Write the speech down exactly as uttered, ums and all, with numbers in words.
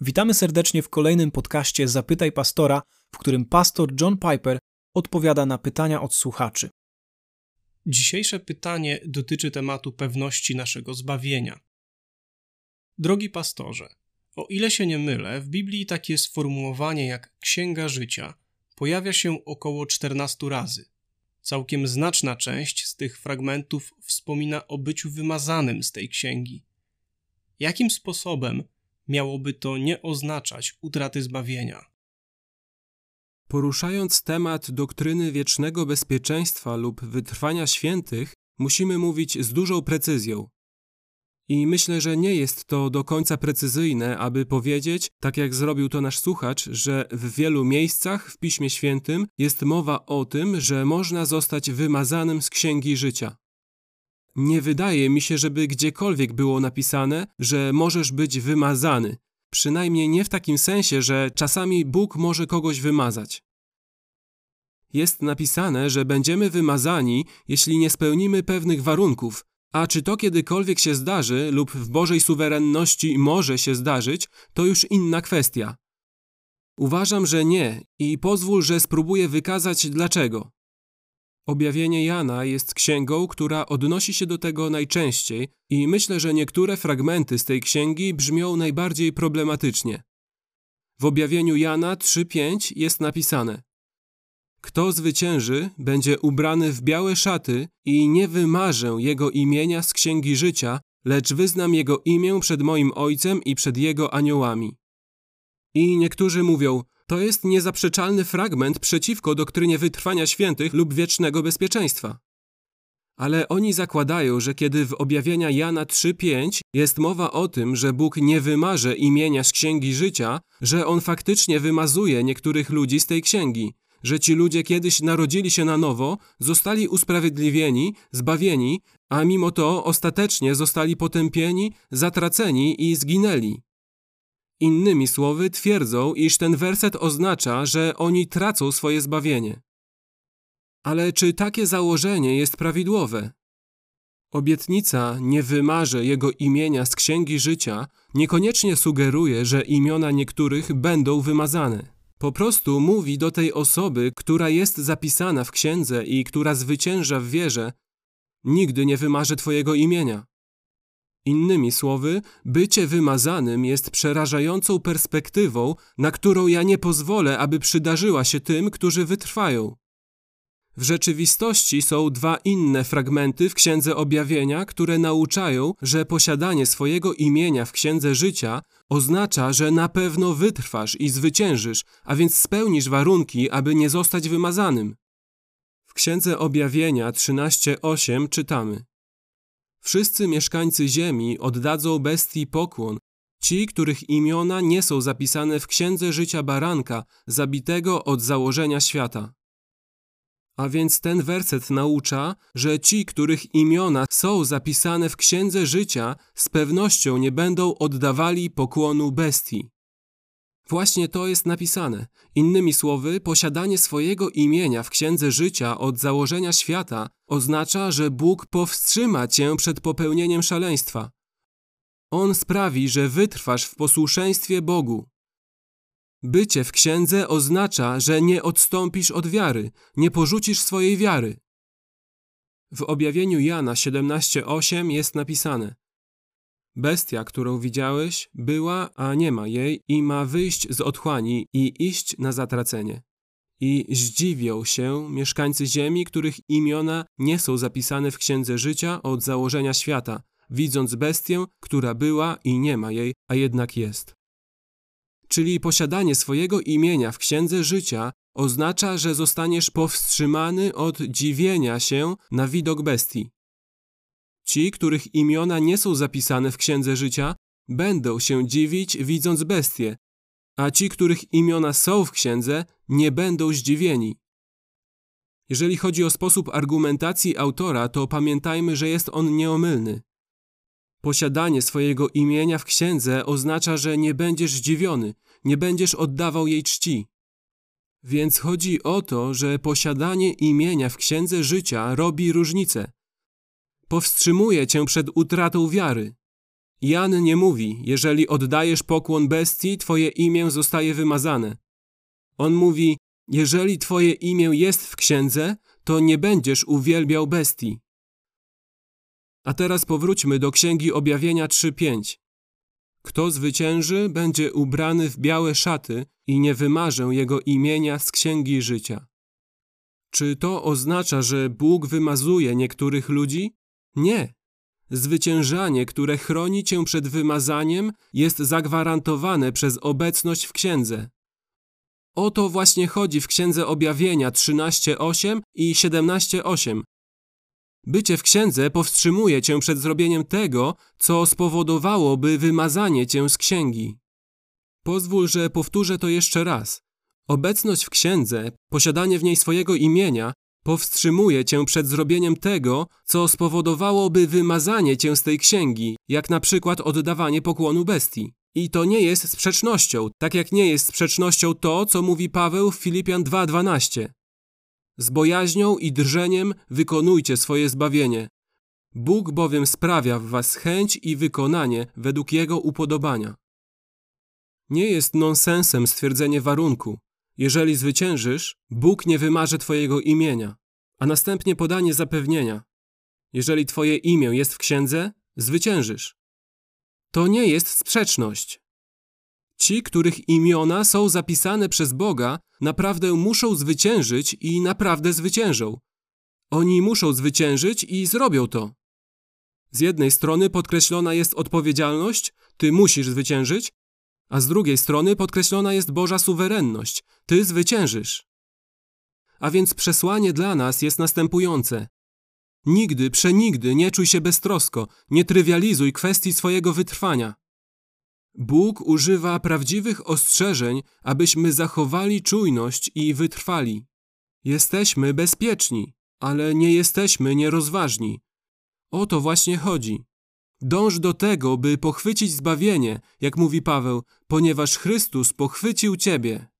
Witamy serdecznie w kolejnym podcaście Zapytaj Pastora, w którym pastor John Piper odpowiada na pytania od słuchaczy. Dzisiejsze pytanie dotyczy tematu pewności naszego zbawienia. Drogi pastorze, o ile się nie mylę, w Biblii takie sformułowanie jak Księga Życia pojawia się około czternastu razy. Całkiem znaczna część z tych fragmentów wspomina o byciu wymazanym z tej księgi. Jakim sposobem miałoby to nie oznaczać utraty zbawienia? Poruszając temat doktryny wiecznego bezpieczeństwa lub wytrwania świętych, musimy mówić z dużą precyzją. I myślę, że nie jest to do końca precyzyjne, aby powiedzieć, tak jak zrobił to nasz słuchacz, że w wielu miejscach w Piśmie Świętym jest mowa o tym, że można zostać wymazanym z Księgi Życia. Nie wydaje mi się, żeby gdziekolwiek było napisane, że możesz być wymazany. Przynajmniej nie w takim sensie, że czasami Bóg może kogoś wymazać. Jest napisane, że będziemy wymazani, jeśli nie spełnimy pewnych warunków, a czy to kiedykolwiek się zdarzy lub w Bożej suwerenności może się zdarzyć, to już inna kwestia. Uważam, że nie i pozwól, że spróbuję wykazać dlaczego. Objawienie Jana jest księgą, która odnosi się do tego najczęściej i myślę, że niektóre fragmenty z tej księgi brzmią najbardziej problematycznie. W objawieniu Jana trzy pięć jest napisane: Kto zwycięży, będzie ubrany w białe szaty i nie wymarzę jego imienia z Księgi Życia, lecz wyznam jego imię przed moim Ojcem i przed jego aniołami. I niektórzy mówią, to jest niezaprzeczalny fragment przeciwko doktrynie wytrwania świętych lub wiecznego bezpieczeństwa. Ale oni zakładają, że kiedy w objawienia Jana trzy pięć jest mowa o tym, że Bóg nie wymarze imienia z Księgi Życia, że On faktycznie wymazuje niektórych ludzi z tej księgi, że ci ludzie kiedyś narodzili się na nowo, zostali usprawiedliwieni, zbawieni, a mimo to ostatecznie zostali potępieni, zatraceni i zginęli. Innymi słowy twierdzą, iż ten werset oznacza, że oni tracą swoje zbawienie. Ale czy takie założenie jest prawidłowe? Obietnica nie wymarze jego imienia z Księgi Życia niekoniecznie sugeruje, że imiona niektórych będą wymazane. Po prostu mówi do tej osoby, która jest zapisana w księdze i która zwycięża w wierze, nigdy nie wymarzę twojego imienia. Innymi słowy, bycie wymazanym jest przerażającą perspektywą, na którą ja nie pozwolę, aby przydarzyła się tym, którzy wytrwają. W rzeczywistości są dwa inne fragmenty w Księdze Objawienia, które nauczają, że posiadanie swojego imienia w Księdze Życia oznacza, że na pewno wytrwasz i zwyciężysz, a więc spełnisz warunki, aby nie zostać wymazanym. W Księdze Objawienia trzynaście osiem czytamy: Wszyscy mieszkańcy ziemi oddadzą bestii pokłon, ci, których imiona nie są zapisane w Księdze Życia Baranka, zabitego od założenia świata. A więc ten werset naucza, że ci, których imiona są zapisane w Księdze Życia, z pewnością nie będą oddawali pokłonu bestii. Właśnie to jest napisane. Innymi słowy, posiadanie swojego imienia w Księdze Życia od założenia świata oznacza, że Bóg powstrzyma cię przed popełnieniem szaleństwa. On sprawi, że wytrwasz w posłuszeństwie Bogu. Bycie w księdze oznacza, że nie odstąpisz od wiary, nie porzucisz swojej wiary. W objawieniu Jana siedemnaście osiem jest napisane: Bestia, którą widziałeś, była, a nie ma jej i ma wyjść z otchłani i iść na zatracenie. I zdziwią się mieszkańcy ziemi, których imiona nie są zapisane w Księdze Życia od założenia świata, widząc bestię, która była i nie ma jej, a jednak jest. Czyli posiadanie swojego imienia w Księdze Życia oznacza, że zostaniesz powstrzymany od dziwienia się na widok bestii. Ci, których imiona nie są zapisane w Księdze Życia, będą się dziwić, widząc bestię, a ci, których imiona są w księdze, nie będą zdziwieni. Jeżeli chodzi o sposób argumentacji autora, to pamiętajmy, że jest on nieomylny. Posiadanie swojego imienia w księdze oznacza, że nie będziesz zdziwiony, nie będziesz oddawał jej czci. Więc chodzi o to, że posiadanie imienia w Księdze Życia robi różnicę. Powstrzymuje cię przed utratą wiary. Jan nie mówi, jeżeli oddajesz pokłon bestii, twoje imię zostaje wymazane. On mówi, jeżeli twoje imię jest w księdze, to nie będziesz uwielbiał bestii. A teraz powróćmy do Księgi Objawienia trzy pięć. Kto zwycięży, będzie ubrany w białe szaty i nie wymarzę jego imienia z Księgi Życia. Czy to oznacza, że Bóg wymazuje niektórych ludzi? Nie. Zwyciężanie, które chroni cię przed wymazaniem, jest zagwarantowane przez obecność w księdze. O to właśnie chodzi w Księdze Objawienia trzynaście osiem i siedemnaście osiem. Bycie w księdze powstrzymuje cię przed zrobieniem tego, co spowodowałoby wymazanie cię z księgi. Pozwól, że powtórzę to jeszcze raz. Obecność w księdze, posiadanie w niej swojego imienia, powstrzymuje cię przed zrobieniem tego, co spowodowałoby wymazanie cię z tej księgi, jak na przykład oddawanie pokłonu bestii. I to nie jest sprzecznością, tak jak nie jest sprzecznością to, co mówi Paweł w Filipian dwa dwanaście. Z bojaźnią i drżeniem wykonujcie swoje zbawienie. Bóg bowiem sprawia w was chęć i wykonanie według Jego upodobania. Nie jest nonsensem stwierdzenie warunku. Jeżeli zwyciężysz, Bóg nie wymaże twojego imienia, a następnie podanie zapewnienia. Jeżeli twoje imię jest w księdze, zwyciężysz. To nie jest sprzeczność. Ci, których imiona są zapisane przez Boga, naprawdę muszą zwyciężyć i naprawdę zwyciężą. Oni muszą zwyciężyć i zrobią to. Z jednej strony podkreślona jest odpowiedzialność, ty musisz zwyciężyć, a z drugiej strony podkreślona jest Boża suwerenność, ty zwyciężysz. A więc przesłanie dla nas jest następujące. Nigdy, przenigdy nie czuj się beztrosko, nie trywializuj kwestii swojego wytrwania. Bóg używa prawdziwych ostrzeżeń, abyśmy zachowali czujność i wytrwali. Jesteśmy bezpieczni, ale nie jesteśmy nierozważni. O to właśnie chodzi. Dąż do tego, by pochwycić zbawienie, jak mówi Paweł, ponieważ Chrystus pochwycił ciebie.